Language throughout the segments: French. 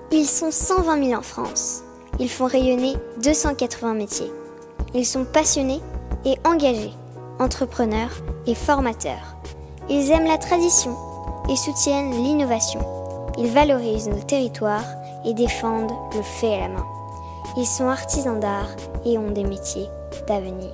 Ils sont 120 000 en France. Ils font rayonner 280 métiers. Ils sont passionnés et engagés, entrepreneurs et formateurs. Ils aiment la tradition et soutiennent l'innovation. Ils valorisent nos territoires et défendent le fait à la main. Ils sont artisans d'art et ont des métiers d'avenir.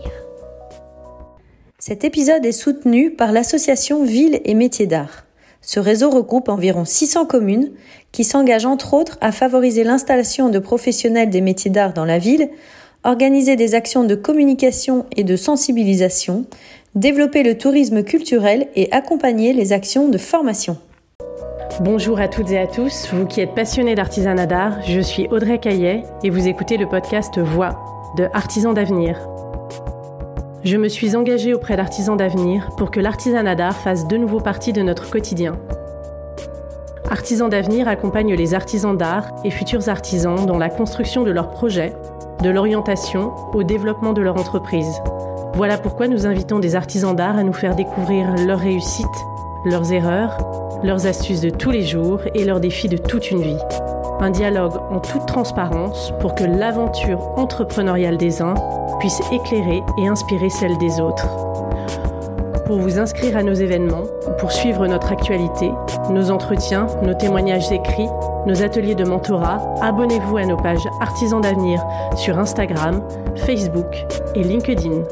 Cet épisode est soutenu par l'association Villes et Métiers d'Art. Ce réseau regroupe environ 600 communes qui s'engagent entre autres à favoriser l'installation de professionnels des métiers d'art dans la ville, organiser des actions de communication et de sensibilisation, développer le tourisme culturel et accompagner les actions de formation. Bonjour à toutes et à tous, vous qui êtes passionnés d'artisanat d'art, je suis Audrey Caillet et vous écoutez le podcast Voix de Artisans d'avenir. Je me suis engagée auprès d'Artisans d'avenir pour que l'artisanat d'art fasse de nouveau partie de notre quotidien. Artisans d'avenir accompagne les artisans d'art et futurs artisans dans la construction de leurs projets, de l'orientation au développement de leur entreprise. Voilà pourquoi nous invitons des artisans d'art à nous faire découvrir leurs réussites, leurs erreurs, leurs astuces de tous les jours et leurs défis de toute une vie. Un dialogue en toute transparence pour que l'aventure entrepreneuriale des uns puisse éclairer et inspirer celle des autres. Pour vous inscrire à nos événements, pour suivre notre actualité, nos entretiens, nos témoignages écrits, nos ateliers de mentorat, abonnez-vous à nos pages Artisans d'avenir sur Instagram, Facebook et LinkedIn.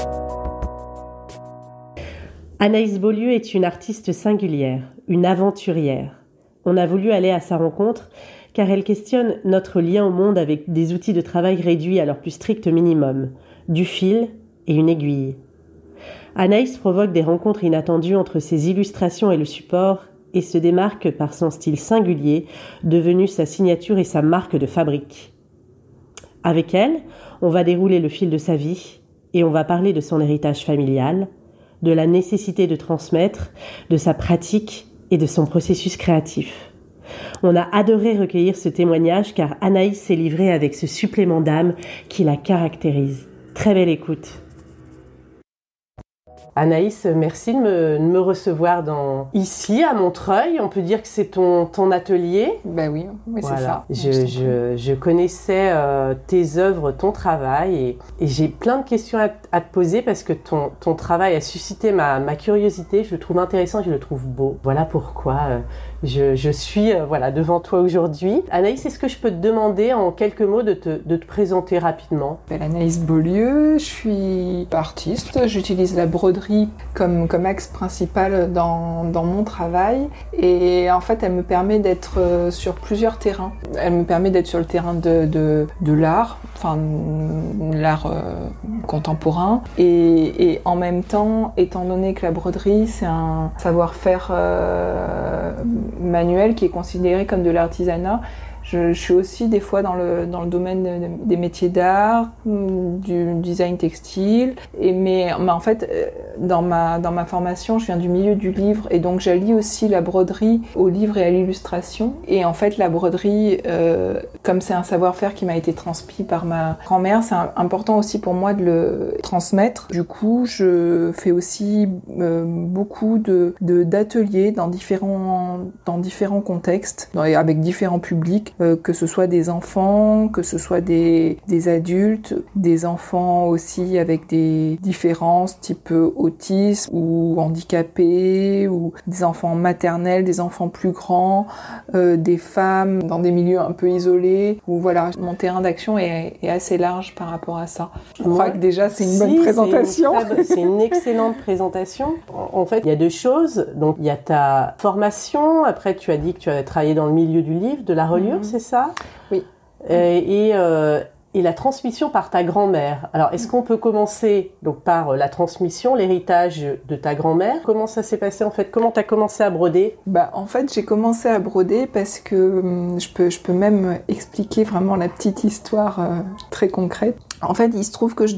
Anaïs Beaulieu est une artiste singulière, une aventurière. On a voulu aller à sa rencontre car elle questionne notre lien au monde avec des outils de travail réduits à leur plus strict minimum, du fil et une aiguille. Anaïs provoque des rencontres inattendues entre ses illustrations et le support et se démarque par son style singulier, devenu sa signature et sa marque de fabrique. Avec elle, on va dérouler le fil de sa vie et on va parler de son héritage familial, de la nécessité de transmettre, de sa pratique et de son processus créatif. On a adoré recueillir ce témoignage car Anaïs s'est livrée avec ce supplément d'âme qui la caractérise. Très belle écoute. Anaïs, merci de me recevoir ici à Montreuil. On peut dire que c'est ton atelier. Ben oui, voilà. C'est ça. Je connaissais tes œuvres, ton travail et j'ai plein de questions à te poser parce que ton travail a suscité ma curiosité. Je le trouve intéressant et je le trouve beau. Voilà pourquoi je suis devant toi aujourd'hui. Anaïs, est-ce que je peux te demander en quelques mots de te présenter rapidement ? Je m'appelle Anaïs Beaulieu, je suis artiste, j'utilise la broderie comme axe principal dans mon travail et en fait elle me permet d'être sur plusieurs terrains. Elle me permet d'être sur le terrain de l'art, enfin l'art contemporain et en même temps, étant donné que la broderie c'est un savoir-faire manuel qui est considéré comme de l'artisanat, je suis aussi des fois dans le domaine des métiers d'art, du design textile, mais en fait dans ma formation je viens du milieu du livre et donc j'allie aussi la broderie au livre et à l'illustration et en fait la broderie comme c'est un savoir-faire qui m'a été transmis par ma grand-mère, c'est important aussi pour moi de le transmettre. Du coup je fais aussi beaucoup d'ateliers dans différents contextes avec différents publics. Que ce soit des enfants, que ce soit des adultes, des enfants aussi avec des différences type autisme ou handicapés, ou des enfants maternels, des enfants plus grands, des femmes dans des milieux un peu isolés, où voilà, mon terrain d'action est assez large par rapport à ça. Je crois que déjà c'est une bonne présentation. C'est une excellente présentation. En fait, il y a deux choses. Donc, il y a ta formation. Après, tu as dit que tu as travaillé dans le milieu du livre, de la reliure, c'est ça ? Oui. Et la transmission par ta grand-mère. Alors, est-ce qu'on peut commencer donc par la transmission, l'héritage de ta grand-mère ? Comment ça s'est passé en fait ? Comment tu as commencé à broder ? En fait, j'ai commencé à broder parce que je peux même expliquer vraiment la petite histoire très concrète. En fait, il se trouve que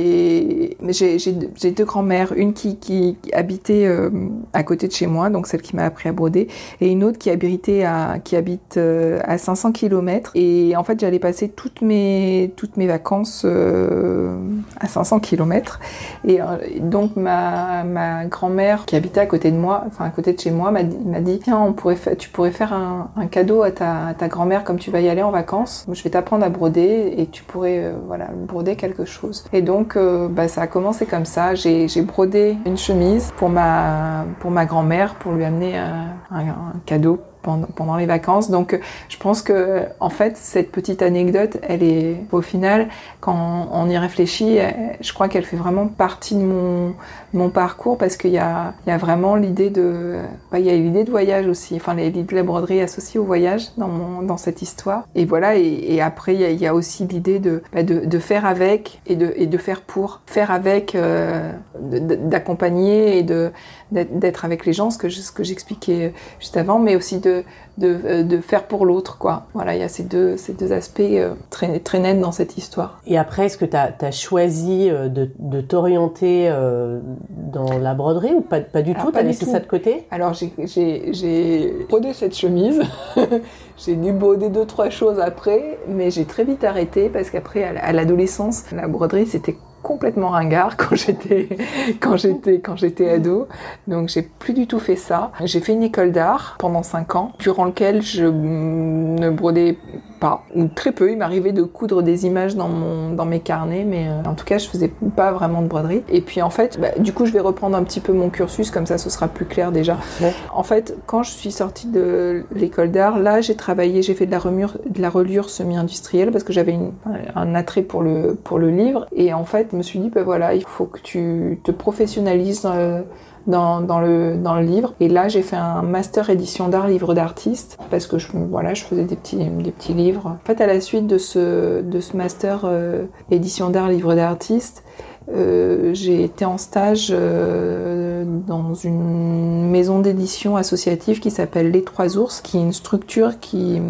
j'ai deux grand-mères, une qui habitait à côté de chez moi, donc celle qui m'a appris à broder, et une autre qui habite à 500 km. Et en fait, j'allais passer toutes mes vacances à 500 km. Et donc ma grand-mère qui habitait à côté de moi, enfin à côté de chez moi, m'a dit tiens, tu pourrais faire un cadeau à ta grand-mère comme tu vas y aller en vacances. Je vais t'apprendre à broder et tu pourrais broder quelque chose. Et donc ça a commencé comme ça. J'ai brodé une chemise pour ma grand-mère pour lui amener un cadeau pendant les vacances. Donc je pense que en fait cette petite anecdote, elle est au final, quand on y réfléchit, je crois qu'elle fait vraiment partie de mon parcours, parce qu'il y a vraiment l'idée de voyage aussi, enfin l'idée de la broderie associée au voyage dans cette histoire. Et voilà, et après il y a aussi l'idée de faire avec et de faire pour faire avec, d'accompagner et d'être avec les gens, ce que j'expliquais juste avant, mais aussi de faire pour l'autre, quoi. Voilà, il y a ces deux aspects très, très nets dans cette histoire. Et après, est-ce que tu as choisi de t'orienter dans la broderie ou pas du tout? Tu as laissé ça de côté? Alors, j'ai brodé cette chemise. J'ai dû broder 2-3 choses après, mais j'ai très vite arrêté, parce qu'après, à l'adolescence, la broderie, c'était complètement ringard quand j'étais ado. Donc j'ai plus du tout fait ça. J'ai fait une école d'art pendant 5 ans, durant lequel je ne brodais pas, ou très peu. Il m'arrivait de coudre des images dans mes carnets, mais en tout cas je faisais pas vraiment de broderie. Et puis en fait, du coup je vais reprendre un petit peu mon cursus, comme ça ce sera plus clair déjà. Ouais. En fait, quand je suis sortie de l'école d'art, là j'ai fait de la reliure semi-industrielle, parce que j'avais un attrait pour le livre. Et en fait, je me suis dit, voilà, il faut que tu te professionnalises dans le livre. Et là, j'ai fait un master édition d'art, livre d'artiste, parce que je faisais des petits livres. En fait, à la suite de ce master édition d'art, livre d'artiste, j'ai été en stage dans une maison d'édition associative qui s'appelle Les Trois Ours, qui est une structure qui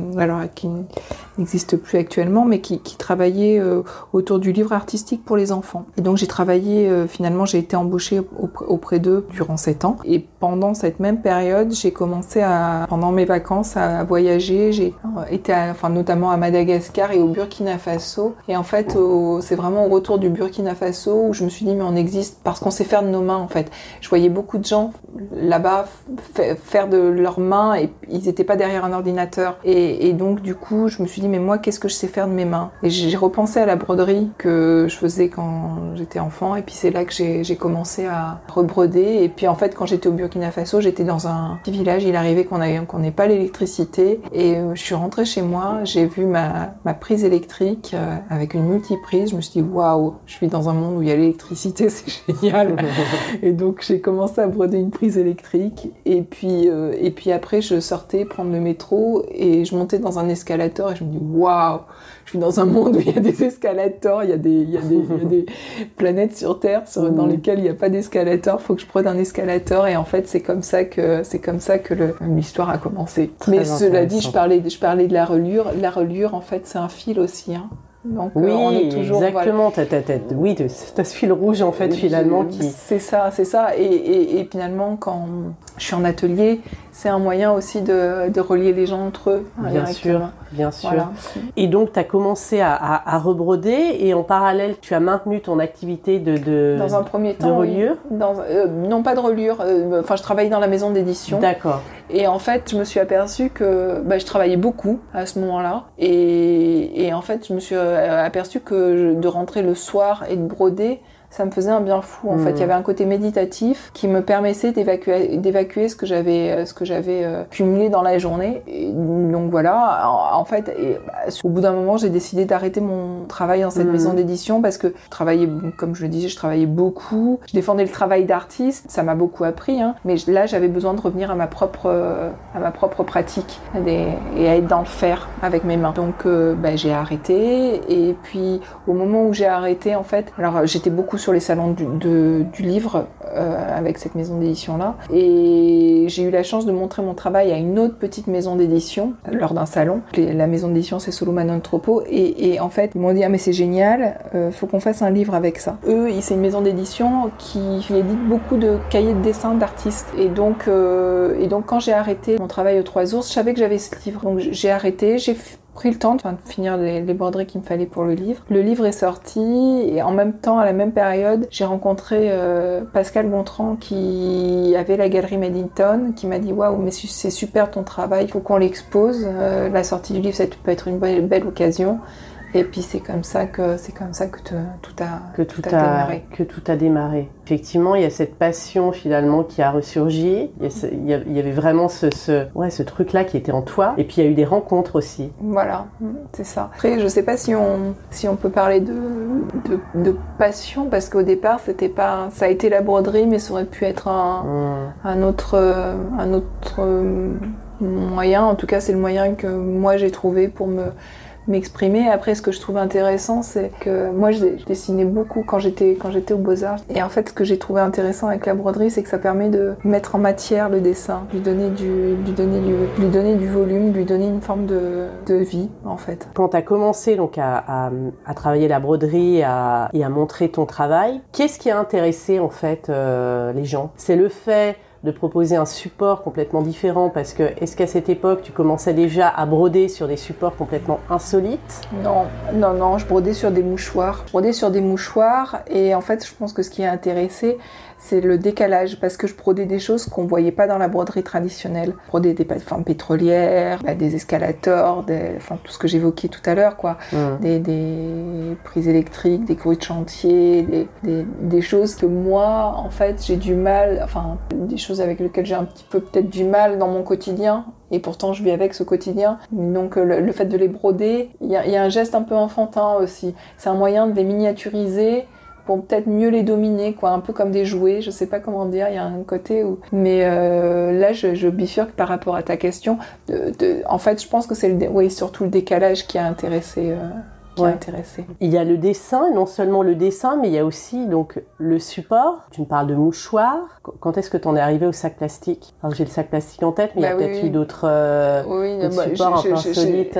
n'existe plus actuellement, mais qui travaillait autour du livre artistique pour les enfants. Et donc j'ai travaillé, finalement j'ai été embauchée auprès d'eux durant 7 ans. Et pendant cette même période, j'ai commencé pendant mes vacances à voyager. J'ai été notamment à Madagascar et au Burkina Faso. Et en fait, c'est vraiment au retour du Burkina Faso où je me suis dit, mais on existe parce qu'on sait faire de nos mains, en fait. Je voyais beaucoup de gens là-bas faire de leurs mains, et ils n'étaient pas derrière un ordinateur. Et donc du coup, je me suis dit, mais moi, qu'est-ce que je sais faire de mes mains? Et j'ai repensé à la broderie que je faisais quand j'étais enfant, et puis c'est là que j'ai commencé à rebroder. Et puis en fait, quand j'étais au Burkina Faso, j'étais dans un petit village. Il arrivait qu'on n'ait pas l'électricité, et je suis rentrée chez moi, j'ai vu ma prise électrique avec une multiprise. Je me suis dit, waouh, je suis dans un monde où il y a l'électricité, c'est génial. Et donc j'ai commencé à broder une prise électrique, et puis après je sortais prendre le métro et je montais dans un escalator, et je me dis waouh, je suis dans un monde où il y a des escalators, il y a des planètes sur Terre dans lesquelles il n'y a pas d'escalator, faut que je brode un escalator. Et en fait c'est comme ça que l'histoire a commencé. Mais cela dit, je parlais de la reliure. La reliure, en fait, c'est un fil aussi, hein. Donc, oui, on est toujours, exactement. Oui, t'as ce fil rouge en fait finalement qui. C'est ça. Et finalement, quand je suis en atelier, c'est un moyen aussi de relier les gens entre eux. Bien sûr. Voilà. Et donc, tu as commencé à rebroder, et en parallèle, tu as maintenu ton activité dans un premier temps, de reliure. Non, pas de reliure. Je travaillais dans la maison d'édition. D'accord. Et en fait, je me suis aperçue que je travaillais beaucoup à ce moment-là. Et en fait, je me suis aperçue que de rentrer le soir et de broder, ça me faisait un bien fou. En fait, il y avait un côté méditatif qui me permettait d'évacuer ce que j'avais cumulé dans la journée. Et donc voilà. En fait, au bout d'un moment, j'ai décidé d'arrêter mon travail dans cette maison d'édition, parce que je travaillais, comme je le disais, je travaillais beaucoup. Je défendais le travail d'artiste. Ça m'a beaucoup appris, hein. Mais là, j'avais besoin de revenir à ma propre pratique et à être dans le faire avec mes mains. Donc, j'ai arrêté. Et puis, au moment où j'ai arrêté, en fait, alors j'étais beaucoup beaucoup sur les salons du livre avec cette maison d'édition-là. Et j'ai eu la chance de montrer mon travail à une autre petite maison d'édition lors d'un salon. La maison d'édition, c'est Solomon Anthropo. Et en fait, ils m'ont dit « Ah mais c'est génial, faut qu'on fasse un livre avec ça ». Eux, c'est une maison d'édition qui édite beaucoup de cahiers de dessin d'artistes. Et donc quand j'ai arrêté mon travail aux Trois Ours, je savais que j'avais ce livre. Donc j'ai arrêté, j'ai pris le temps de finir les broderies qu'il me fallait pour le livre. Le livre est sorti et en même temps, à la même période, j'ai rencontré Pascal Gontran qui avait la galerie Medington, qui m'a dit « Waouh, mais c'est super ton travail, il faut qu'on l'expose. La sortie du livre, ça peut être une belle occasion. » Et puis c'est comme ça que tout a démarré. Effectivement, il y a cette passion finalement qui a ressurgi. Il y avait vraiment ce truc-là qui était en toi. Et puis il y a eu des rencontres aussi. Voilà, c'est ça. Après, je sais pas si on peut parler de passion, parce qu'au départ, ça a été la broderie, mais ça aurait pu être un autre moyen. En tout cas, c'est le moyen que moi j'ai trouvé pour m'exprimer. Après, ce que je trouve intéressant, c'est que moi, je dessinais beaucoup quand j'étais aux Beaux-Arts. Et en fait, ce que j'ai trouvé intéressant avec la broderie, c'est que ça permet de mettre en matière le dessin, lui donner du volume, lui donner une forme de vie, en fait. Quand tu as commencé donc à travailler la broderie et à montrer ton travail, qu'est-ce qui a intéressé en fait les gens ? C'est le fait de proposer un support complètement différent, parce que est-ce qu'à cette époque tu commençais déjà à broder sur des supports complètement insolites ? Non, je brodais sur des mouchoirs. Et en fait je pense que ce qui a intéressé, c'est le décalage, parce que je brodais des choses qu'on voyait pas dans la broderie traditionnelle. Je brodais des plateformes pétrolières, des escalators, tout ce que j'évoquais tout à l'heure, quoi. Des prises électriques, des courriers de chantier, des choses que moi, en fait, j'ai du mal, des choses avec lesquelles j'ai un petit peu peut-être du mal dans mon quotidien. Et pourtant, je vis avec ce quotidien. Donc, le fait de les broder, il y a un geste un peu enfantin aussi. C'est un moyen de les miniaturiser pour peut-être mieux les dominer, quoi, un peu comme des jouets, je sais pas comment dire, il y a un côté où... Mais là, je bifurque par rapport à ta question. En fait, je pense que c'est surtout le décalage qui a intéressé... Il y a le dessin, non seulement le dessin, mais il y a aussi donc le support. Tu me parles de mouchoirs. Quand est-ce que tu en es arrivé au sac plastique ? Alors, j'ai le sac plastique en tête, mais il y a peut-être eu d'autres supports un peu insolites.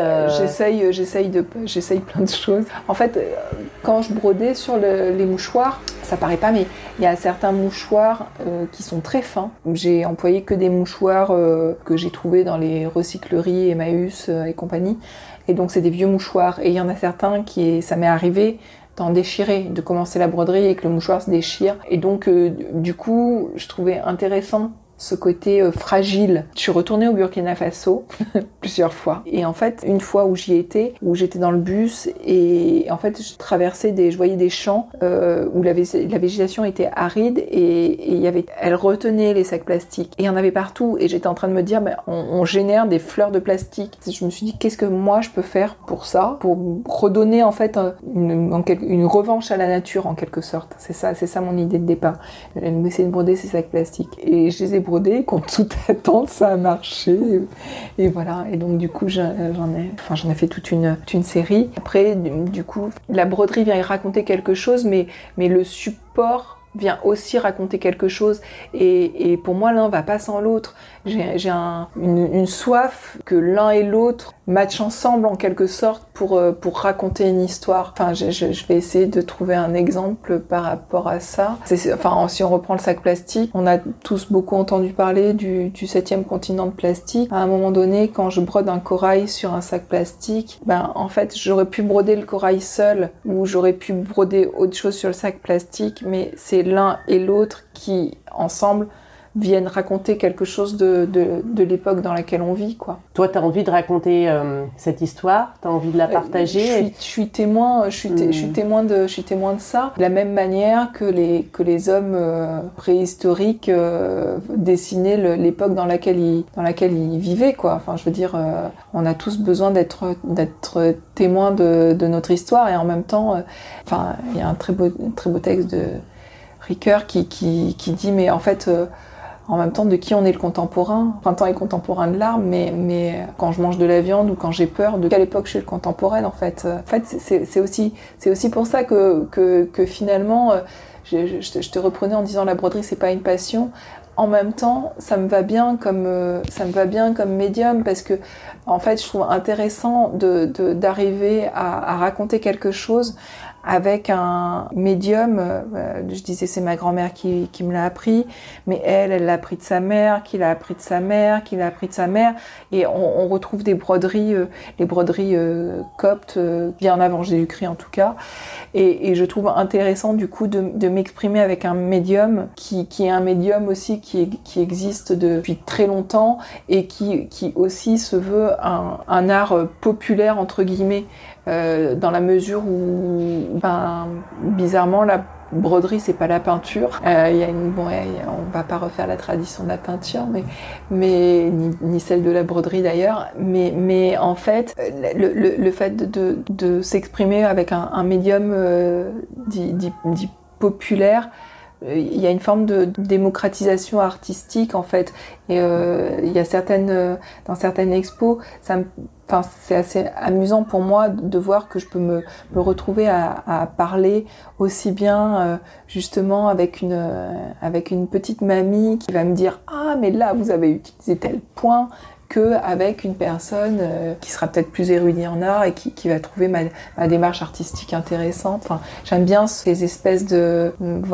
J'essaye plein de choses. En fait, quand je brodais sur les mouchoirs, ça paraît pas, mais il y a certains mouchoirs qui sont très fins. J'ai employé que des mouchoirs que j'ai trouvés dans les recycleries Emmaüs et compagnie. Et donc, c'est des vieux mouchoirs. Et il y en a certains ça m'est arrivé d'en déchirer, de commencer la broderie et que le mouchoir se déchire. Et donc, du coup, je trouvais intéressant ce côté fragile. Je suis retournée au Burkina Faso plusieurs fois. Et en fait, une fois où j'y étais, où j'étais dans le bus, et en fait, je voyais des champs où la végétation était aride et elle retenait les sacs plastiques. Et il y en avait partout. Et j'étais en train de me dire, on génère des fleurs de plastique. Je me suis dit, qu'est-ce que moi je peux faire pour ça, pour redonner en fait une revanche à la nature en quelque sorte. C'est ça mon idée de départ. J'ai essayé de broder ces sacs plastiques. Et je les ai brodé, contre toute attente, ça a marché. Et voilà. Et donc, du coup, j'en ai fait toute une série. Après, du coup, la broderie vient y raconter quelque chose, mais le support vient aussi raconter quelque chose. Et pour moi, l'un va pas sans l'autre. J'ai une soif que l'un et l'autre matchent ensemble en quelque sorte pour raconter une histoire. Je vais essayer de trouver un exemple par rapport à ça. Si on reprend le sac plastique, on a tous beaucoup entendu parler du 7e continent de plastique. À un moment donné, quand je brode un corail sur un sac plastique, en fait, j'aurais pu broder le corail seul ou j'aurais pu broder autre chose sur le sac plastique, mais c'est l'un et l'autre qui, ensemble, viennent raconter quelque chose de l'époque dans laquelle on vit, quoi. Toi, t'as envie de raconter cette histoire, t'as envie de la partager. Je suis témoin de ça. De la même manière que les hommes préhistoriques dessinaient l'époque dans laquelle ils vivaient, quoi. Enfin, je veux dire, on a tous besoin d'être témoins de notre histoire, et en même temps, il y a un très beau texte de Ricoeur qui dit, mais en fait, en même temps de qui on est le contemporain. Printemps est contemporain de l'art, mais quand je mange de la viande ou quand j'ai peur, de quelle époque je suis le contemporaine en fait. En fait, c'est aussi pour ça que finalement, je te reprenais en disant la broderie c'est pas une passion. En même temps, ça me va bien comme médium parce que en fait, je trouve intéressant d'arriver à raconter quelque chose avec un médium. Je disais c'est ma grand-mère qui me l'a appris, mais elle l'a appris de sa mère, qui l'a appris de sa mère, qui l'a appris de sa mère, et on retrouve des broderies, les broderies coptes, bien avant Jésus-Christ en tout cas, et je trouve intéressant du coup de m'exprimer avec un médium qui est un médium aussi qui existe depuis très longtemps et qui aussi se veut un art populaire entre guillemets. Dans la mesure où, bizarrement, la broderie, c'est pas la peinture. On va pas refaire la tradition de la peinture, mais ni celle de la broderie d'ailleurs. Mais en fait, le fait de s'exprimer avec un médium dit populaire. Il y a une forme de démocratisation artistique en fait, et il y a dans certaines expos, c'est assez amusant pour moi de voir que je peux me retrouver à parler aussi bien justement avec une petite mamie qui va me dire ah mais là vous avez utilisé tel point, qu'avec une personne qui sera peut-être plus érudite en art et qui va trouver ma démarche artistique intéressante. Enfin, j'aime bien ces espèces de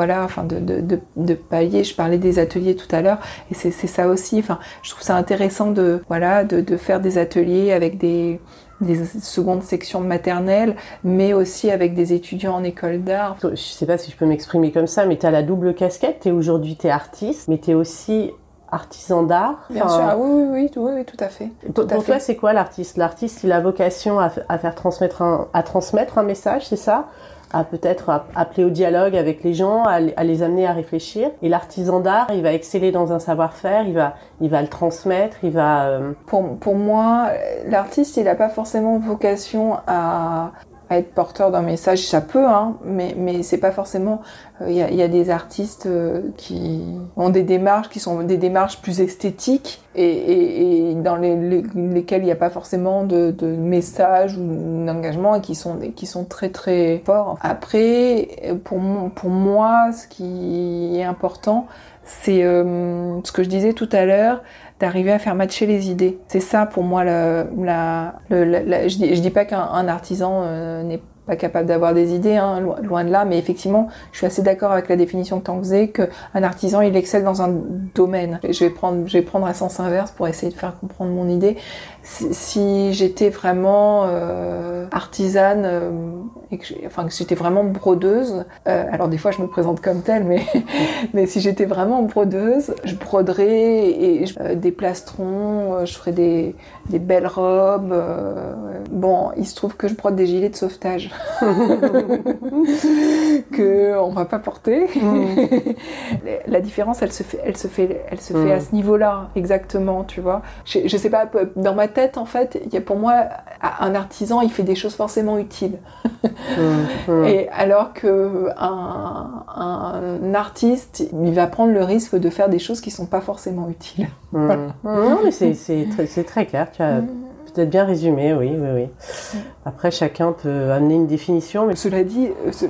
paliers. Je parlais des ateliers tout à l'heure, et c'est ça aussi. Enfin, je trouve ça intéressant de faire des ateliers avec des secondes sections de maternelle, mais aussi avec des étudiants en école d'art. Je sais pas si je peux m'exprimer comme ça, mais tu as la double casquette. Aujourd'hui, tu es artiste, mais tu es aussi artisan d'art. Bien sûr, ah, oui, tout à fait. Pour toi, c'est quoi l'artiste ? L'artiste, il a vocation à faire transmettre un message, c'est ça ? À peut-être appeler au dialogue avec les gens, à les amener à réfléchir. Et l'artisan d'art, il va exceller dans un savoir-faire, il va le transmettre, il va... Pour moi, l'artiste, il n'a pas forcément vocation à être porteur d'un message, ça peut, hein, mais c'est pas forcément. Il y a des artistes qui ont des démarches qui sont des démarches plus esthétiques et dans lesquelles il n'y a pas forcément de message ou d'engagement et qui sont très très forts. Après, pour moi, ce qui est important, c'est ce que je disais tout à l'heure, d'arriver à faire matcher les idées. C'est ça pour moi je dis pas qu'un artisan n'est pas capable d'avoir des idées, hein, loin de là, mais effectivement, je suis assez d'accord avec la définition que tu en faisais, qu'un artisan, il excelle dans un domaine. Je vais prendre à sens inverse pour essayer de faire comprendre mon idée. Si j'étais vraiment artisane, et que j'étais vraiment brodeuse, alors des fois je me présente comme telle, mais si j'étais vraiment brodeuse, je broderais des plastrons, je ferais des belles robes. Bon, il se trouve que je brode des gilets de sauvetage que on va pas porter. La différence, elle se fait à ce niveau-là, exactement, tu vois. Je sais pas, dans ma tête, en fait, il y a pour moi un artisan, il fait des choses forcément utiles. Et alors que un artiste, il va prendre le risque de faire des choses qui sont pas forcément utiles. Voilà. Non, mais c'est très clair. Tu as peut-être bien résumé, oui. Après, chacun peut amener une définition. Mais... Cela dit,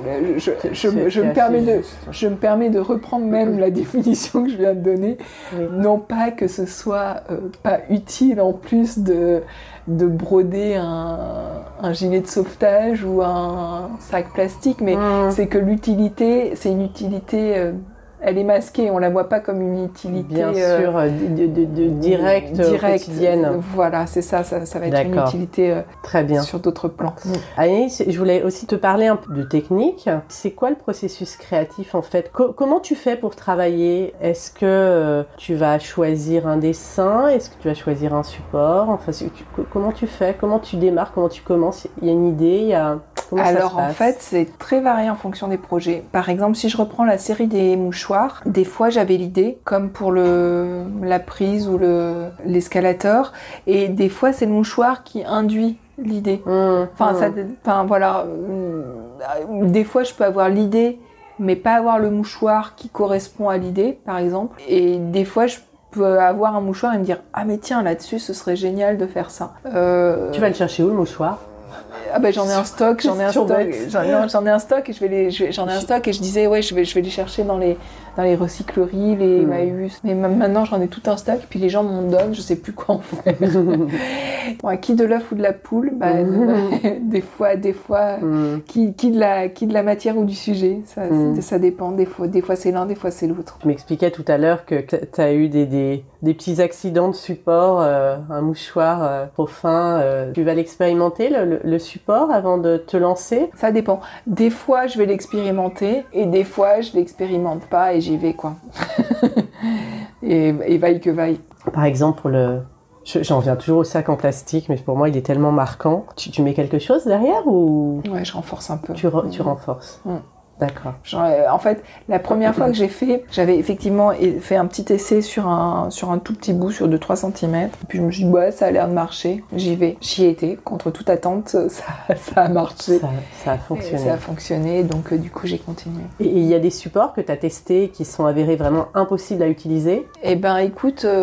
je me permets de reprendre même la définition que je viens de donner. Oui. Non pas que ce soit pas utile en plus de broder un gilet de sauvetage ou un sac plastique, mais c'est que l'utilité, c'est une utilité... elle est masquée, on la voit pas comme une utilité... Bien sûr, directe, quotidienne. Voilà, c'est ça va être une utilité très bien. Sur d'autres plans. Agnès, je voulais aussi te parler un peu de technique. C'est quoi le processus créatif en fait ? Comment tu fais pour travailler ? Est-ce que tu vas choisir un dessin ? Est-ce que tu vas choisir un support ? Enfin, comment tu fais ? Comment tu démarres ? Comment tu commences ? Il y a une idée ? Alors en fait, c'est très varié en fonction des projets. Par exemple, si je reprends la série des mouchoirs, des fois j'avais l'idée, comme pour la prise ou l'escalator, et des fois c'est le mouchoir qui induit l'idée. Voilà. Des fois je peux avoir l'idée mais pas avoir le mouchoir qui correspond à l'idée, par exemple. Et des fois, je peux avoir un mouchoir et me dire « Ah mais tiens, là-dessus, ce serait génial de faire ça. » Tu vas le chercher où, le mouchoir ? Ah ben j'en ai un stock, j'en ai un stock et j'en ai un stock et je disais ouais je vais les chercher dans les recycleries, les Emmaüs. Mais maintenant j'en ai tout un stock puis les gens m'en donnent, je sais plus quoi en faire. Bon, à qui de l'œuf ou de la poule, des fois qui de la matière ou du sujet, ça dépend. Des fois c'est l'un, des fois c'est l'autre. Tu m'expliquais tout à l'heure que tu as eu des petits accidents de support, un mouchoir trop fin. Tu vas l'expérimenter le support avant de te lancer ? Ça dépend. Des fois, je vais l'expérimenter et des fois, je l'expérimente pas et j'y vais, quoi. et vaille que vaille. Par exemple, j'en reviens toujours au sac en plastique, mais pour moi, il est tellement marquant. Tu mets quelque chose derrière ou... Ouais, je renforce un peu. Tu renforces. D'accord. En fait, la première fois que j'ai fait, j'avais effectivement fait un petit essai sur un tout petit bout, sur 2-3 cm. Et puis je me suis dit, ouais, ça a l'air de marcher. J'y vais. J'y ai été. Contre toute attente, ça a marché. Ça a fonctionné. Ça a fonctionné, donc du coup, j'ai continué. Et il y a des supports que tu as testés qui sont avérés vraiment impossibles à utiliser ? Eh ben, écoute... Parce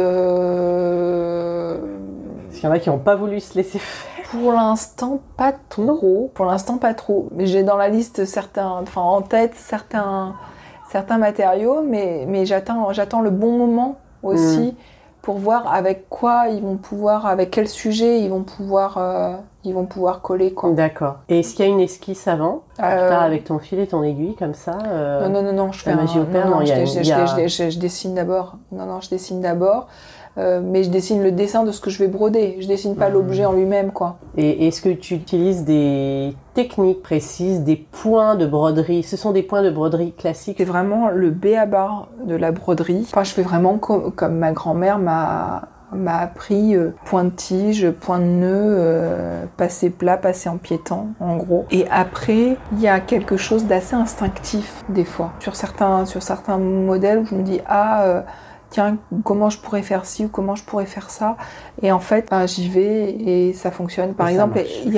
qu'il y en a qui n'ont pas voulu se laisser faire. Pour l'instant, pas trop. Pour l'instant, pas trop. Mais j'ai dans la liste en tête certains matériaux, mais j'attends le bon moment aussi pour voir avec quoi ils vont pouvoir, avec quel sujet ils vont pouvoir coller, quoi. D'accord. Et est-ce qu'il y a une esquisse avant ? Tu pars avec ton fil et ton aiguille comme ça Non. Je fais magie au père. Je dessine d'abord. Je dessine d'abord. Mais je dessine le dessin de ce que je vais broder. Je dessine pas l'objet en lui-même, quoi. Et est-ce que tu utilises des techniques précises, des points de broderie ? Ce sont des points de broderie classiques ? C'est vraiment le b.a.-ba de la broderie. Enfin, je fais vraiment comme ma grand-mère m'a appris point de tige, point de nœud, passer plat, passer en piétant, en gros. Et après, il y a quelque chose d'assez instinctif, des fois. Sur certains modèles où je me dis, tiens, comment je pourrais faire ci ou comment je pourrais faire ça. Et en fait, j'y vais et ça fonctionne. Par exemple, il y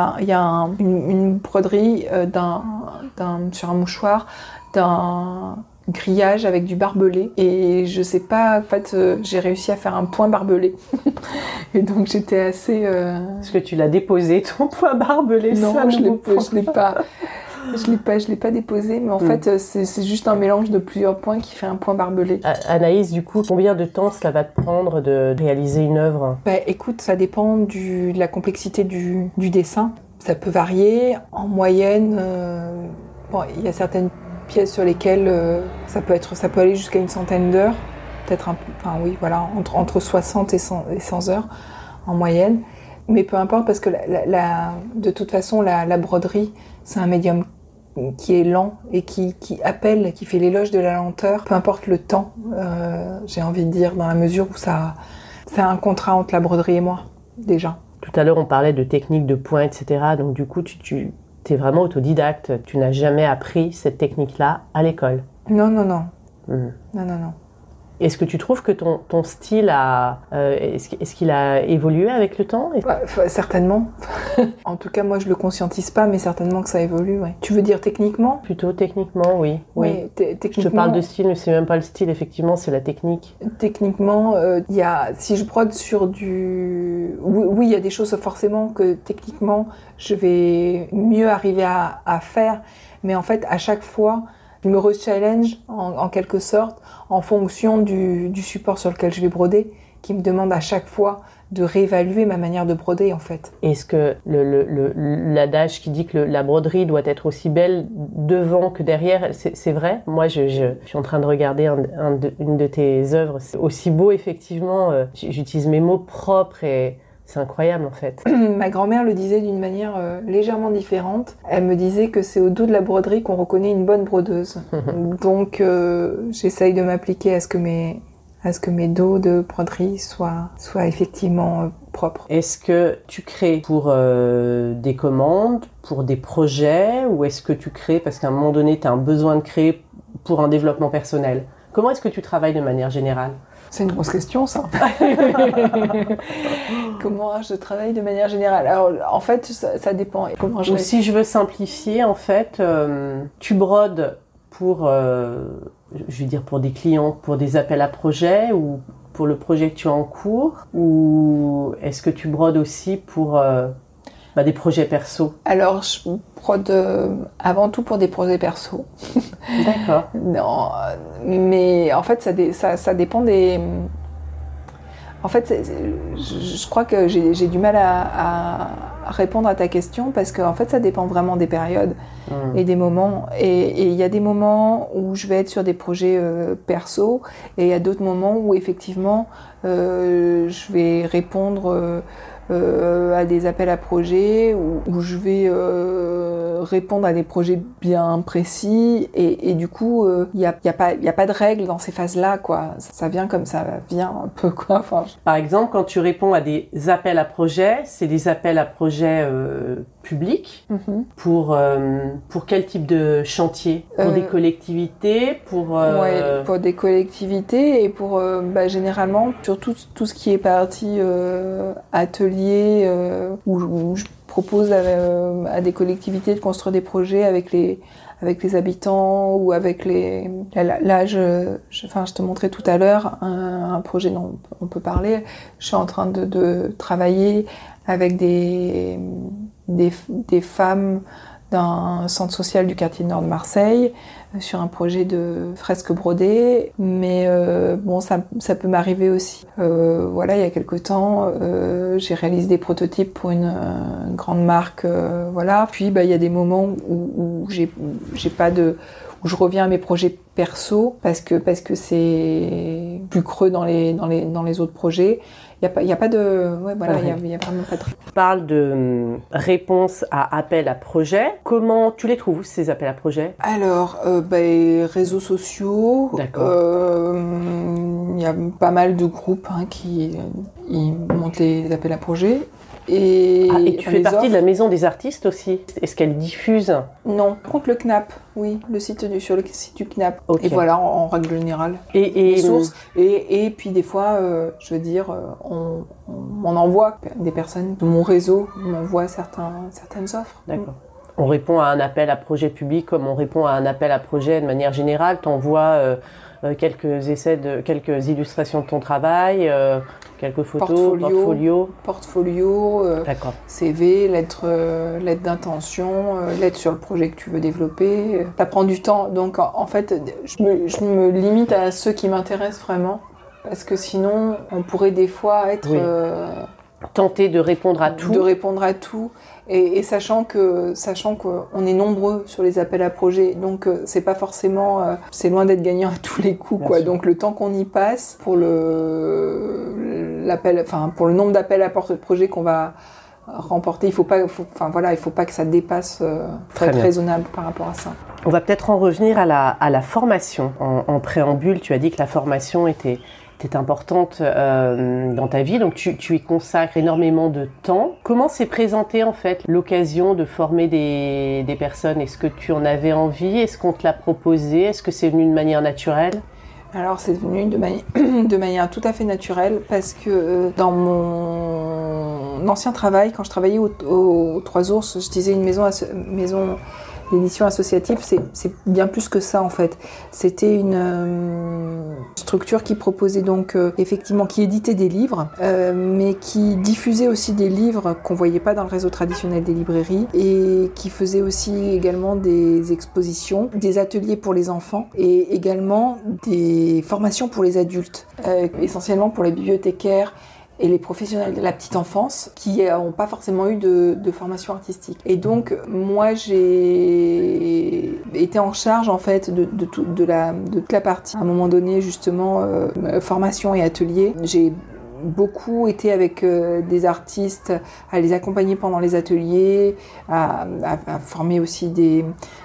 a une broderie sur un mouchoir d'un grillage avec du barbelé. Et je sais pas, en fait, j'ai réussi à faire un point barbelé. Et donc, j'étais assez... Est-ce que tu l'as déposé, ton point barbelé ? Non, je l'ai pas. Je l'ai pas déposé, mais en fait, c'est juste un mélange de plusieurs points qui fait un point barbelé. Anaïs, du coup, combien de temps cela va te prendre de réaliser une œuvre ? Écoute, ça dépend de la complexité du dessin. Ça peut varier. En moyenne, il y a certaines pièces sur lesquelles ça peut aller jusqu'à une centaine d'heures. Peut-être entre 60 et 100 heures en moyenne. Mais peu importe, parce que de toute façon, la broderie, c'est un médium qui est lent et qui appelle, qui fait l'éloge de la lenteur. Peu importe le temps, j'ai envie de dire, dans la mesure où ça fait un contrat entre la broderie et moi, déjà. Tout à l'heure, on parlait de techniques de points, etc. Donc du coup, tu es vraiment autodidacte. Tu n'as jamais appris cette technique-là à l'école ? Non. Non. Est-ce que tu trouves que ton style est-ce qu'il a évolué avec le temps ? Certainement. En tout cas, moi, je le conscientise pas, mais certainement que ça évolue, ouais. Tu veux dire techniquement ? Plutôt techniquement, oui. Techniquement, je te parle de style, mais c'est même pas le style, effectivement, c'est la technique. Techniquement, si je brode sur du... Oui, il y a des choses forcément que techniquement, je vais mieux arriver à faire, mais en fait, à chaque fois, je me re-challenge en quelque sorte en fonction du support sur lequel je vais broder, qui me demande à chaque fois de réévaluer ma manière de broder, en fait. Est-ce que l'adage qui dit que la broderie doit être aussi belle devant que derrière, c'est vrai ? Moi, je suis en train de regarder une de tes œuvres. C'est aussi beau, effectivement. J'utilise mes mots propres et... C'est incroyable, en fait. Ma grand-mère le disait d'une manière légèrement différente. Elle me disait que c'est au dos de la broderie qu'on reconnaît une bonne brodeuse. Donc, j'essaye de m'appliquer à ce que mes dos de broderie soient effectivement propres. Est-ce que tu crées pour des commandes, pour des projets, ou est-ce que tu crées parce qu'à un moment donné, tu as un besoin de créer pour un développement personnel ? Comment est-ce que tu travailles de manière générale ? C'est une grosse question, ça. Comment je travaille de manière générale ? Alors, en fait, ça dépend. Si je veux simplifier, en fait, tu brodes pour, je veux dire, pour des clients, pour des appels à projets ou pour le projet que tu as en cours, ou est-ce que tu brodes aussi pour des projets perso? Alors, je brode avant tout pour des projets perso. D'accord. Non, mais en fait, ça dépend des... En fait, je crois que j'ai du mal à répondre à ta question parce que en fait, ça dépend vraiment des périodes et des moments. Et il y a des moments où je vais être sur des projets perso et il y a d'autres moments où effectivement, je vais répondre à des appels à projets où je vais répondre à des projets bien précis et du coup il y a pas de règles dans ces phases-là quoi. Ça vient comme ça vient un peu quoi. Enfin, Par exemple, quand tu réponds à des appels à projets, c'est des appels à projets publics pour quel type de chantier? Pour des collectivités, ouais, pour des collectivités et pour généralement sur tout ce qui est partie atelier où je propose à des collectivités de construire des projets avec les habitants ou avec les... Là, je te montrais tout à l'heure un projet dont on peut parler. Je suis en train de travailler avec des femmes d'un centre social du quartier nord de Marseille sur un projet de fresques brodées, mais bon, ça peut m'arriver aussi. Voilà, il y a quelque temps, j'ai réalisé des prototypes pour une grande marque, voilà. Puis, il y a des moments où j'ai pas de... où je reviens à mes projets perso parce que c'est plus creux dans les autres projets. Il y a pas de... Ouais, voilà, il y a vraiment pas de... Tu parles de réponses à appels à projets. Comment tu les trouves, ces appels à projets? Alors, réseaux sociaux. D'accord. Il y a pas mal de groupes qui montent les appels à projets. Et tu fais partie de la Maison des artistes aussi? Est-ce qu'elle diffuse? Non, contre le CNAP, oui, sur le site du CNAP. Okay. Et voilà, en règle générale. Et les sources. Et puis des fois, je veux dire, on envoie des personnes de mon réseau, m'envoient certaines offres. D'accord. On répond à un appel à projet public comme on répond à un appel à projet de manière générale. T'envoies quelques illustrations de ton travail, quelques photos, portfolio, CV, lettre d'intention, lettre sur le projet que tu veux développer. Ça prend du temps, donc en fait, je me limite à ceux qui m'intéressent vraiment, parce que sinon, on pourrait des fois être... tenter de répondre à tout. De répondre à tout. Et sachant qu'on est nombreux sur les appels à projets, donc c'est pas forcément, c'est loin d'être gagnant à tous les coups, quoi. Donc le temps qu'on y passe pour le nombre d'appels à projets qu'on va remporter, il faut pas que ça dépasse. Faut être raisonnable par rapport à ça. On va peut-être en revenir à la formation. En préambule, tu as dit que la formation était importante dans ta vie, donc tu y consacres énormément de temps. Comment s'est présentée en fait l'occasion de former des personnes? Est-ce que tu en avais envie? Est-ce qu'on te l'a proposé? Est-ce que c'est venu de manière naturelle? Alors c'est venu de manière tout à fait naturelle parce que dans mon ancien travail, quand je travaillais aux Trois Ours, je disais une maison d'édition associative, c'est bien plus que ça en fait. C'était une structure qui proposait donc effectivement, qui éditait des livres, mais qui diffusait aussi des livres qu'on voyait pas dans le réseau traditionnel des librairies et qui faisait aussi également des expositions, des ateliers pour les enfants et également des formations pour les adultes, essentiellement pour les bibliothécaires et les professionnels de la petite enfance qui n'ont pas forcément eu de formation artistique. Et donc, moi, j'ai été en charge, en fait, de toute la partie. À un moment donné, justement, formation et atelier. J'ai beaucoup été avec des artistes, à les accompagner pendant les ateliers, à former aussi des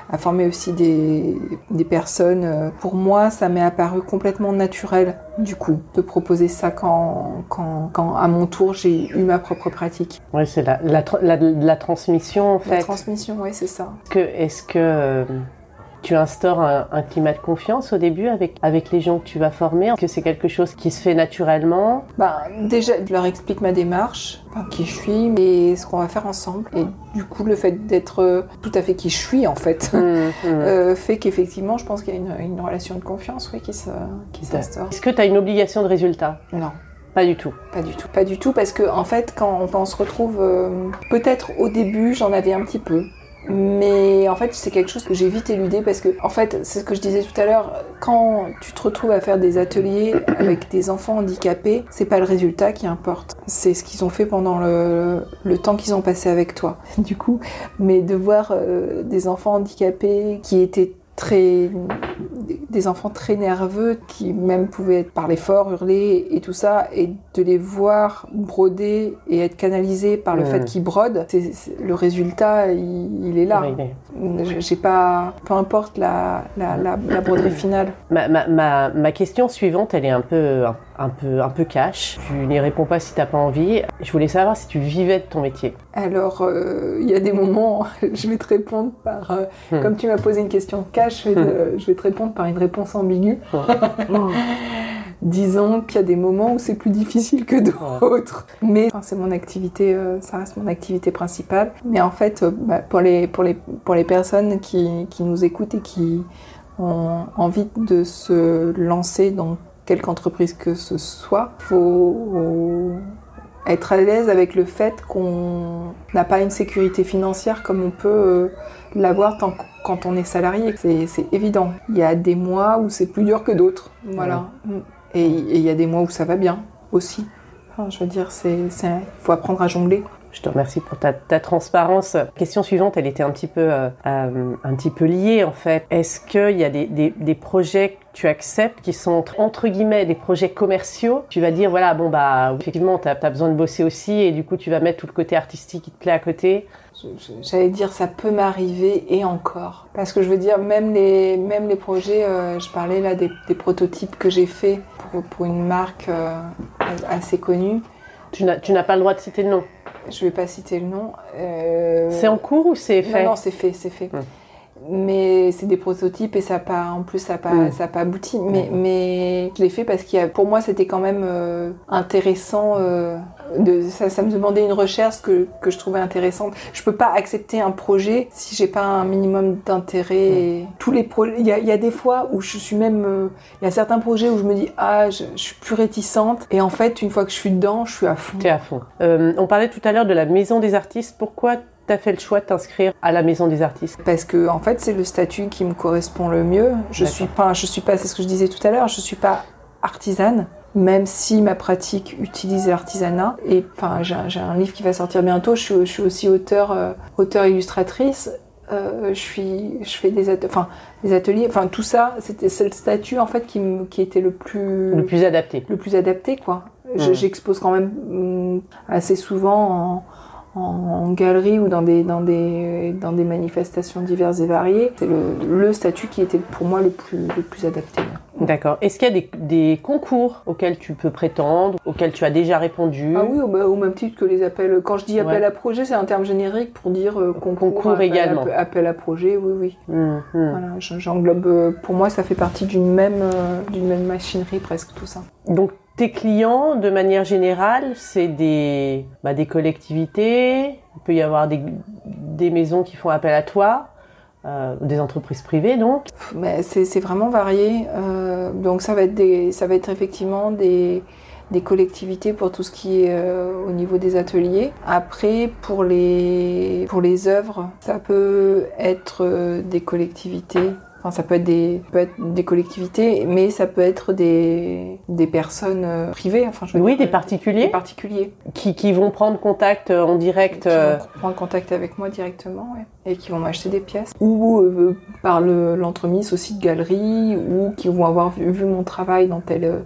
personnes. Pour moi, ça m'est apparu complètement naturel, du coup, de proposer ça quand à mon tour, j'ai eu ma propre pratique. Oui, c'est la transmission, en fait. La transmission, oui, c'est ça. Est-ce que Tu instaures un climat de confiance au début avec les gens que tu vas former? Est-ce que c'est quelque chose qui se fait naturellement? Déjà, je leur explique ma démarche, qui je suis et ce qu'on va faire ensemble. Et du coup, le fait d'être tout à fait qui je suis, en fait, fait qu'effectivement, je pense qu'il y a une relation de confiance qui s'instaure. Est-ce que tu as une obligation de résultat? Non. Pas du tout. Pas du tout, parce que en fait, quand on se retrouve, peut-être au début, j'en avais un petit peu. Mais en fait, c'est quelque chose que j'ai vite éludé parce que, en fait, c'est ce que je disais tout à l'heure, quand tu te retrouves à faire des ateliers avec des enfants handicapés, c'est pas le résultat qui importe. C'est ce qu'ils ont fait pendant le temps qu'ils ont passé avec toi. Du coup, mais de voir des enfants handicapés qui étaient des enfants très nerveux qui même pouvaient parler fort, hurler et tout ça, et de les voir broder et être canalisés par le fait qu'ils brodent, le résultat il est là. J'ai pas, peu importe la broderie finale. Ma question suivante, elle est un peu cash. Tu n'y réponds pas si t'as pas envie. Je voulais savoir si tu vivais de ton métier. Alors, il y a des moments, je vais te répondre par... Comme tu m'as posé une question cash, je vais te répondre par une réponse ambiguë. Disons qu'il y a des moments où c'est plus difficile que d'autres. Mais c'est mon activité, ça reste mon activité principale. Mais en fait, pour les personnes qui nous écoutent et qui ont envie de se lancer dans quelque entreprise que ce soit, faut être à l'aise avec le fait qu'on n'a pas une sécurité financière comme on peut l'avoir quand on est salarié. C'est évident. Il y a des mois où c'est plus dur que d'autres. Voilà. Et il y a des mois où ça va bien aussi. Enfin, je veux dire, faut apprendre à jongler. Je te remercie pour ta transparence. Question suivante, elle était un petit peu liée en fait. Est-ce qu'il y a des projets que tu acceptes qui sont entre guillemets des projets commerciaux? Tu vas dire voilà, effectivement t'as besoin de bosser aussi et du coup tu vas mettre tout le côté artistique qui te plaît à côté. J'allais dire ça peut m'arriver et encore. Parce que je veux dire même les projets, je parlais là des prototypes que j'ai faits pour une marque assez connue. Tu n'as pas le droit de citer le nom. Je vais pas citer le nom. C'est en cours ou c'est fait? Non, c'est fait. Mais c'est des prototypes et ça n'a pas abouti. Mais je l'ai fait parce pour moi, c'était quand même intéressant. Ça me demandait une recherche que je trouvais intéressante. Je peux pas accepter un projet si j'ai pas un minimum d'intérêt. Tous les projets, il y a des fois où je suis même, il y a certains projets où je me dis je suis plus réticente. Et en fait, une fois que je suis dedans, je suis à fond. T'es à fond. On parlait tout à l'heure de la Maison des Artistes. Pourquoi t'as fait le choix de t'inscrire à la Maison des Artistes? Parce que en fait, c'est le statut qui me correspond le mieux. Je suis pas, c'est ce que je disais tout à l'heure. Je suis pas artisane. Même si ma pratique utilise l'artisanat. Et j'ai un livre qui va sortir bientôt. Je suis aussi auteur-illustratrice. Je fais des ateliers. Enfin, tout ça, c'est le statut en fait qui était le plus adapté. Le plus adapté, quoi. J'expose quand même assez souvent en galerie ou dans des manifestations diverses et variées. C'est le statut qui était pour moi le plus adapté. D'accord. Est-ce qu'il y a des concours auxquels tu peux prétendre, auxquels tu as déjà répondu? Ah oui, au même titre que les appels. Quand je dis appel à projet, c'est un terme générique pour dire concours également. Appel à projet, oui. Voilà, j'englobe. Pour moi, ça fait partie d'une même machinerie presque tout ça. Donc tes clients, de manière générale, c'est des collectivités. Il peut y avoir des maisons qui font appel à toi. Des entreprises privées donc. Mais c'est vraiment varié. Donc ça va être effectivement des collectivités pour tout ce qui est au niveau des ateliers. Après pour les œuvres, ça peut être des collectivités. Enfin, ça peut être des collectivités, mais ça peut être des personnes privées. Enfin, des particuliers. Des particuliers. Qui vont prendre contact en direct. Qui vont prendre contact avec moi directement, et qui vont m'acheter des pièces. Ou par l'entremise aussi de galeries, ou qui vont avoir vu mon travail dans telle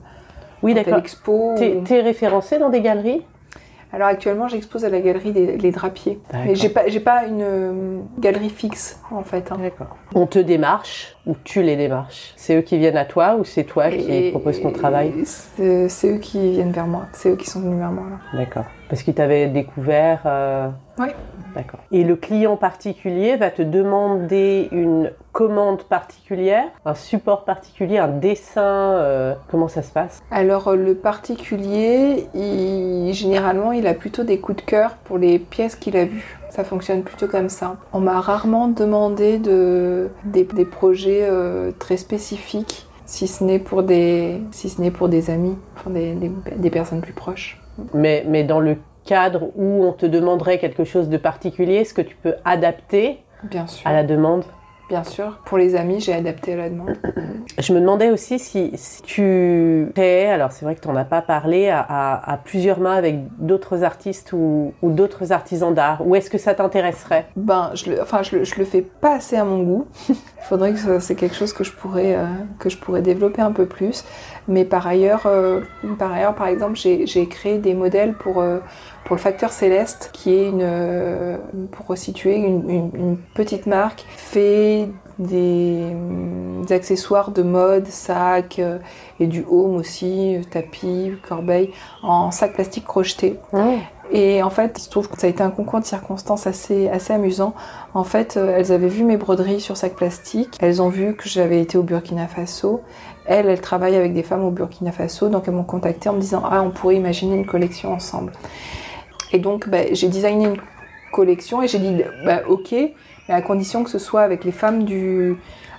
expo. T'es référencée dans des galeries? Alors actuellement, j'expose à la galerie Les Drapiers. D'accord. Mais j'ai pas une galerie fixe en fait. D'accord. On te démarche ou tu les démarches? C'est eux qui viennent à toi ou c'est toi qui proposes ton travail? C'est eux qui viennent vers moi. C'est eux qui sont venus vers moi là. D'accord. Parce qu'ils t'avaient découvert. Oui. D'accord. Et le client particulier va te demander une commande particulière, un support particulier, un dessin, comment ça se passe? Alors le particulier, généralement, il a plutôt des coups de cœur pour les pièces qu'il a vues. Ça fonctionne plutôt comme ça. On m'a rarement demandé des projets très spécifiques, si ce n'est pour des amis, enfin des personnes plus proches. Mais dans le cadre où on te demanderait quelque chose de particulier, est-ce que tu peux adapter Bien sûr. à la demande? Bien sûr. Pour les amis, j'ai adapté à la demande. Je me demandais aussi si tu créais, alors c'est vrai que tu n'en as pas parlé, à plusieurs mains avec d'autres artistes ou d'autres artisans d'art. Ou est-ce que ça t'intéresserait? Je le fais pas assez à mon goût. Il faudrait que c'est quelque chose que je pourrais développer un peu plus. Mais par ailleurs, par exemple, j'ai créé des modèles pour le Facteur Céleste, qui est pour resituer une petite marque, fait des accessoires de mode, sacs et du home aussi, tapis, corbeilles, en sac plastique crocheté. Mmh. Et en fait, il se trouve que ça a été un concours de circonstances assez amusant. En fait, elles avaient vu mes broderies sur sac plastique, elles ont vu que j'avais été au Burkina Faso. Elles travaillent avec des femmes au Burkina Faso, donc elles m'ont contactée en me disant « Ah, on pourrait imaginer une collection ensemble ». Et donc, j'ai designé une collection et j'ai dit « Ok ». Mais à condition que ce soit avec les femmes du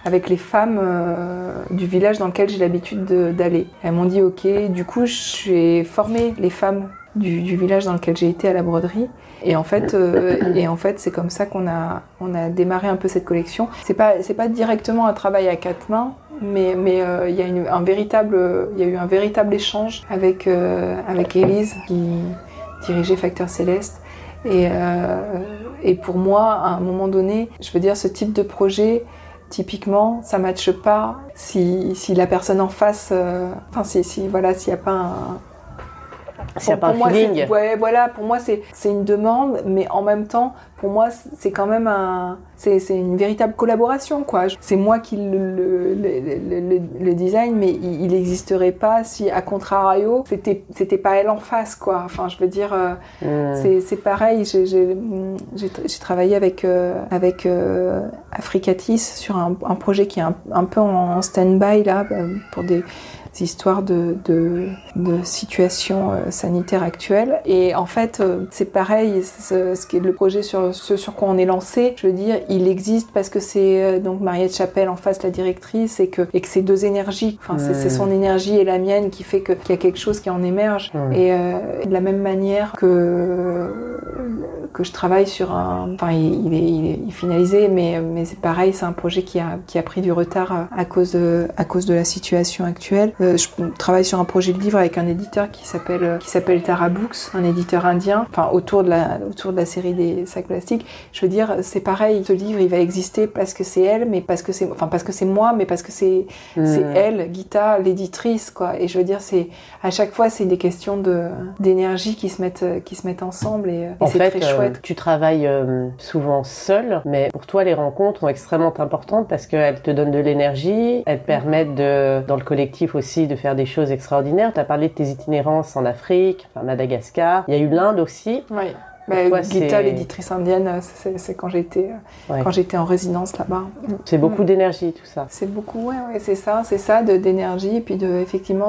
village dans lequel j'ai l'habitude d'aller. Elles m'ont dit ok. Du coup, j'ai formé les femmes du village dans lequel j'ai été à la broderie. Et en fait, c'est comme ça qu'on a démarré un peu cette collection. C'est pas directement un travail à quatre mains, mais il y a eu un véritable échange avec Élise qui dirigeait Facteur Céleste. Et pour moi, à un moment donné, je veux dire, ce type de projet, typiquement, ça ne matche pas si la personne en face, s'il n'y a pas un... S'il n'y a pas un feeling. Voilà, pour moi, c'est une demande, mais en même temps, pour moi, c'est quand même c'est une véritable collaboration, quoi. C'est moi qui le design, mais il n'existerait pas si, à contrario, c'était pas elle en face, quoi. Enfin, je veux dire, c'est pareil. J'ai travaillé avec Africatis sur un projet qui est un peu en stand-by, là, pour des histoires de situation sanitaire actuelle. Et en fait, c'est pareil, ce qui est le projet sur quoi on est lancé, je veux dire, il existe parce que c'est donc Mariette Chapelle en face, la directrice, et que c'est deux énergies. Enfin, c'est son énergie et la mienne qui fait qu'il y a quelque chose qui en émerge. Et de la même manière que je travaille sur enfin, il est finalisé, mais c'est pareil, c'est un projet qui a pris du retard à cause de la situation actuelle. Je travaille sur un projet de livre avec un éditeur qui s'appelle Tara Books, un éditeur indien, enfin autour de la série des sacs plastiques. Je veux dire, c'est pareil, ce livre il va exister parce que c'est elle, mais parce que c'est moi, mais parce que c'est elle, Gita, l'éditrice, quoi. Et je veux dire, à chaque fois c'est des questions d'énergie qui se mettent ensemble et c'est très chouette. Tu travailles souvent seule, mais pour toi les rencontres sont extrêmement importantes parce qu'elles te donnent de l'énergie, elles permettent dans le collectif aussi de faire des choses extraordinaires. Tu as parlé de tes itinérances en Afrique, enfin Madagascar. Il y a eu l'Inde aussi. Oui. Gita, l'éditrice indienne, c'est quand j'étais en résidence là-bas. C'est beaucoup d'énergie, tout ça. C'est beaucoup, ouais, c'est ça, d'énergie et puis effectivement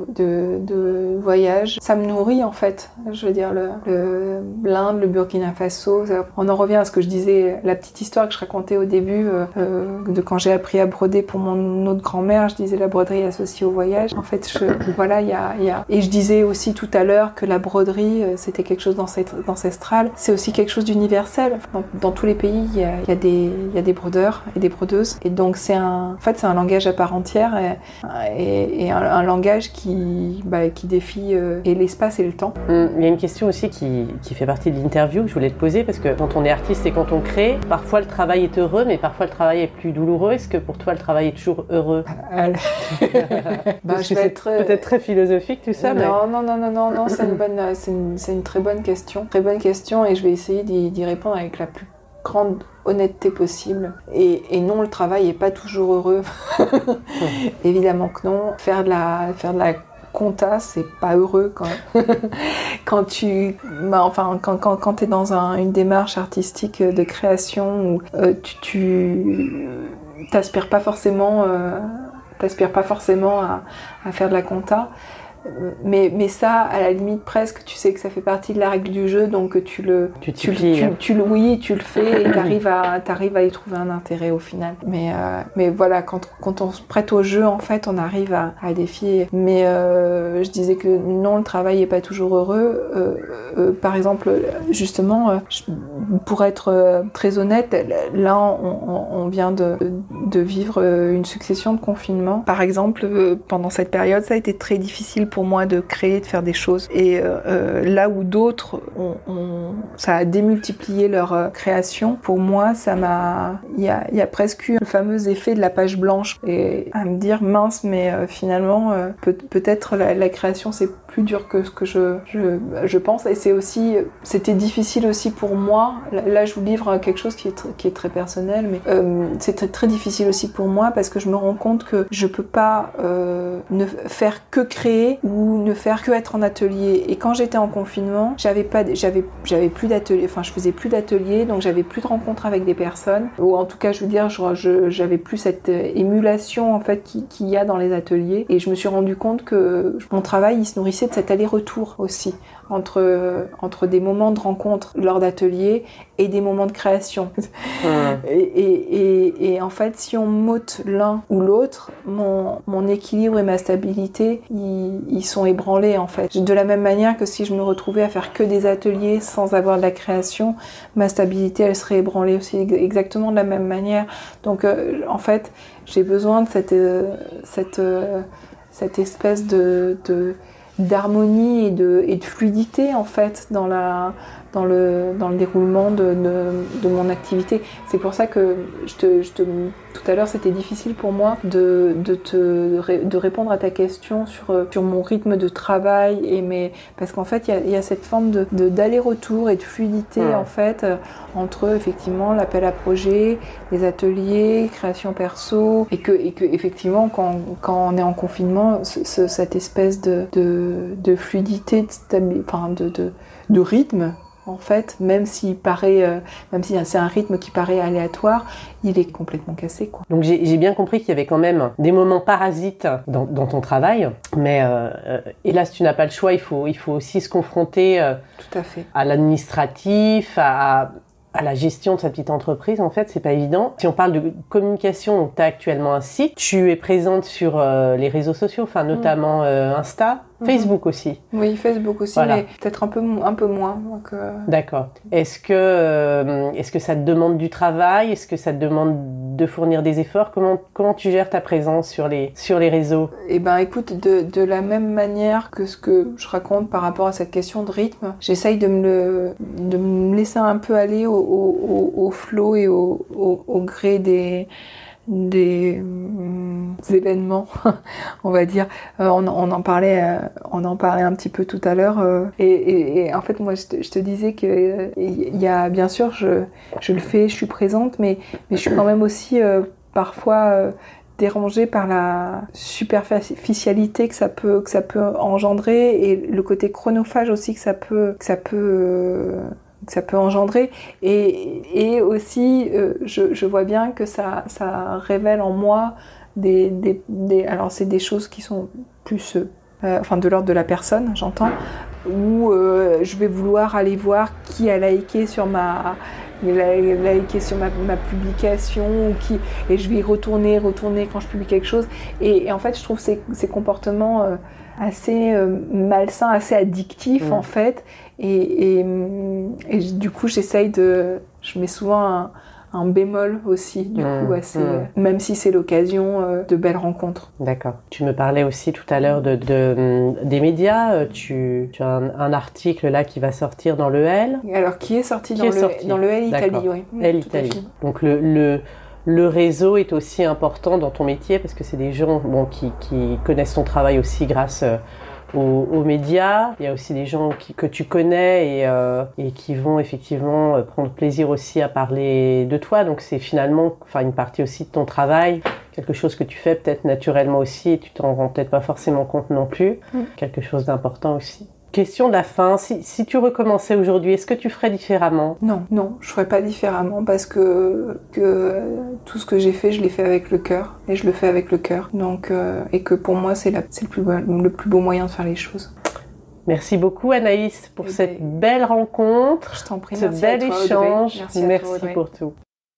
de voyage. Ça me nourrit en fait. Je veux dire, l'Inde, le Burkina Faso. On en revient à ce que je disais, la petite histoire que je racontais au début de quand j'ai appris à broder pour mon autre grand-mère. Je disais la broderie associée au voyage. En fait, et je disais aussi tout à l'heure que la broderie, c'était quelque chose d'ancestral. C'est aussi quelque chose d'universel. Dans tous les pays, il y a des brodeurs et des brodeuses. Et donc, c'est un langage à part entière et un langage qui défie et l'espace et le temps. Il y a une question aussi qui fait partie de l'interview que je voulais te poser parce que quand on est artiste et quand on crée, parfois le travail est heureux, mais parfois le travail est plus douloureux. Est-ce que pour toi, le travail est toujours heureux? Je vais être peut-être très philosophique tout ça. Non, c'est une très bonne question. Très bonne question et je vais essayer d'y répondre avec la plus grande honnêteté possible. Et non, le travail n'est pas toujours heureux. Évidemment que non. Faire de la compta, c'est pas heureux quand tu t'es dans une démarche artistique de création où tu t'aspires pas forcément à faire de la compta. Mais ça, à la limite presque, tu sais que ça fait partie de la règle du jeu, donc tu le fais et t'arrives à y trouver un intérêt au final. Mais voilà, quand on se prête au jeu, en fait, on arrive à défier. Mais je disais que non, le travail est pas toujours heureux. Par exemple, justement, pour être très honnête, là, on vient de vivre une succession de confinements. Par exemple, pendant cette période, ça a été très difficile pour moi de créer, de faire des choses. Et là où d'autres, ça a démultiplié leur création, pour moi, il y a presque eu le fameux effet de la page blanche. Et à me dire, mince, mais finalement, peut-être la création, c'est plus dur que ce que je pense. Et c'était difficile aussi pour moi. Là, je vous livre quelque chose qui est très personnel, mais c'était très difficile aussi pour moi parce que je me rends compte que je peux pas ne faire que créer ou ne faire que être en atelier. Et quand j'étais en confinement, j'avais plus d'atelier, enfin je faisais plus d'atelier, donc j'avais plus de rencontres avec des personnes, ou en tout cas je veux dire j'avais plus cette émulation en fait qu'il y a dans les ateliers, et je me suis rendu compte que mon travail il se nourrissait de cet aller-retour aussi entre des moments de rencontre lors d'ateliers et des moments de création. Et en fait, si on m'ôte l'un ou l'autre, mon équilibre et ma stabilité, ils sont ébranlés en fait. De la même manière que si je me retrouvais à faire que des ateliers sans avoir de la création, ma stabilité, elle serait ébranlée aussi exactement de la même manière. Donc en fait, j'ai besoin de cette espèce d'harmonie et de fluidité en fait dans le déroulement de mon activité. C'est pour ça que tout à l'heure c'était difficile pour moi de répondre à ta question sur mon rythme de travail parce qu'en fait il y a cette forme d'aller-retour et de fluidité en fait entre effectivement l'appel à projet, les ateliers, création perso, et que effectivement quand on est en confinement, cette espèce de fluidité, de rythme en fait, même si c'est un rythme qui paraît aléatoire, il est complètement cassé, quoi. Donc j'ai bien compris qu'il y avait quand même des moments parasites dans ton travail, mais hélas tu n'as pas le choix, il faut aussi se confronter tout à fait à l'administratif, à la gestion de sa petite entreprise. En fait, c'est pas évident. Si on parle de communication, tu as actuellement un site, tu es présente sur les réseaux sociaux, enfin notamment Insta, Facebook aussi. Oui, Facebook aussi, voilà. Mais peut-être un peu moins. Donc, D'accord. Est-ce que ça te demande du travail? Est-ce que ça te demande de fournir des efforts? Comment tu gères ta présence sur les réseaux? Eh ben, écoute, de la même manière que ce que je raconte par rapport à cette question de rythme, j'essaye de me laisser un peu aller au flow et au gré des événements, on va dire. On en parlait un petit peu tout à l'heure. Et en fait, moi, je te disais que il y a, bien sûr, je le fais, je suis présente, mais je suis quand même aussi parfois dérangée par la superficialité que ça peut engendrer, et le côté chronophage aussi que ça peut engendrer, et aussi je vois bien que ça révèle en moi alors c'est des choses qui sont plus de l'ordre de la personne, j'entends, où je vais vouloir aller voir qui a liké sur ma publication, et je vais y retourner quand je publie quelque chose, et en fait je trouve ces comportements assez malsains, assez addictifs en fait, et du coup je mets souvent un bémol aussi, du coup, même si c'est l'occasion de belles rencontres. D'accord. Tu me parlais aussi tout à l'heure des médias. Tu as un article là qui va sortir dans le L. Alors, qui est sorti dans le L Italie, oui. L Italie. Donc le réseau est aussi important dans ton métier, parce que c'est des gens qui connaissent ton travail aussi grâce aux médias. Il y a aussi des gens que tu connais et qui vont effectivement prendre plaisir aussi à parler de toi. Donc c'est finalement une partie aussi de ton travail quelque chose que tu fais peut-être naturellement aussi et tu t'en rends peut-être pas forcément compte non plus, quelque chose d'important aussi. Question de la fin, si tu recommençais aujourd'hui, est-ce que tu ferais différemment ? Non, je ferais pas différemment parce que tout ce que j'ai fait, je l'ai fait avec le cœur et je le fais avec le cœur. Donc, et que pour moi, c'est le plus beau moyen de faire les choses. Merci beaucoup Anaïs pour cette belle rencontre, je t'en prie, ce bel échange. Merci pour tout.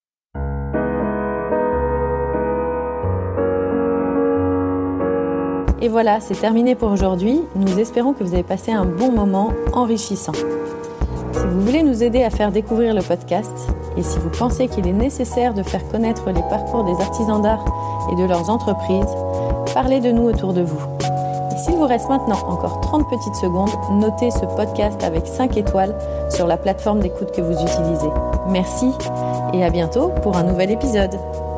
Et voilà, c'est terminé pour aujourd'hui. Nous espérons que vous avez passé un bon moment enrichissant. Si vous voulez nous aider à faire découvrir le podcast et si vous pensez qu'il est nécessaire de faire connaître les parcours des artisans d'art et de leurs entreprises, parlez de nous autour de vous. Et s'il vous reste maintenant encore 30 petites secondes, notez ce podcast avec 5 étoiles sur la plateforme d'écoute que vous utilisez. Merci et à bientôt pour un nouvel épisode.